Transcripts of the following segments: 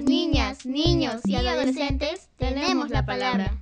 niñas, niños y adolescentes tenemos la palabra.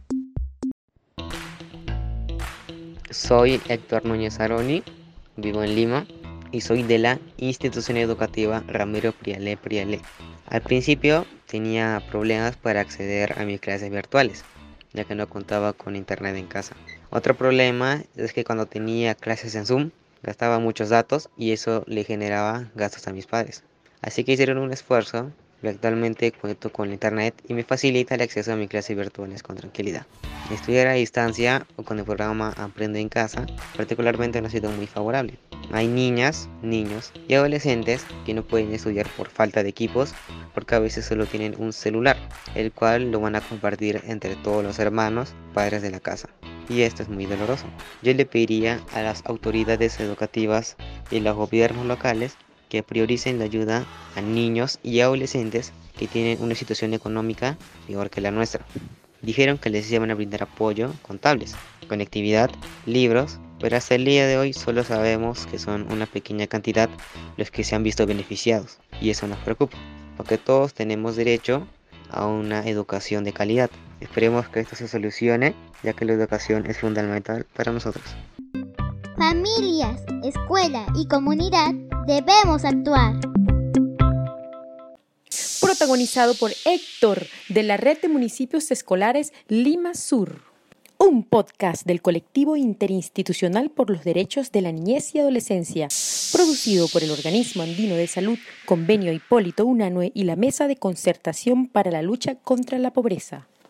Soy Héctor Núñez Aroni, vivo en Lima y soy de la institución educativa Ramiro Priale. Al principio tenía problemas para acceder a mis clases virtuales, ya que no contaba con internet en casa. Otro problema es que cuando tenía clases en Zoom, gastaba muchos datos y eso le generaba gastos a mis padres. Así que hicieron un esfuerzo y actualmente cuento con internet y me facilita el acceso a mis clases virtuales con tranquilidad. Estudiar a distancia o con el programa Aprende en Casa particularmente no ha sido muy favorable. Hay niñas, niños y adolescentes que no pueden estudiar por falta de equipos porque a veces solo tienen un celular, el cual lo van a compartir entre todos los hermanos, padres de la casa. Y esto es muy doloroso. Yo le pediría a las autoridades educativas y los gobiernos locales que prioricen la ayuda a niños y adolescentes que tienen una situación económica peor que la nuestra. Dijeron que les iban a brindar apoyo con tablets, conectividad, libros, pero hasta el día de hoy solo sabemos que son una pequeña cantidad los que se han visto beneficiados, y eso nos preocupa, porque todos tenemos derecho a una educación de calidad. Esperemos que esto se solucione, ya que la educación es fundamental para nosotros. Familias, escuela y comunidad debemos actuar. Protagonizado por Héctor, de la Red de Municipios Escolares Lima Sur. Un podcast del Colectivo Interinstitucional por los Derechos de la Niñez y Adolescencia, producido por el Organismo Andino de Salud, Convenio Hipólito Unanue y la Mesa de Concertación para la Lucha contra la Pobreza.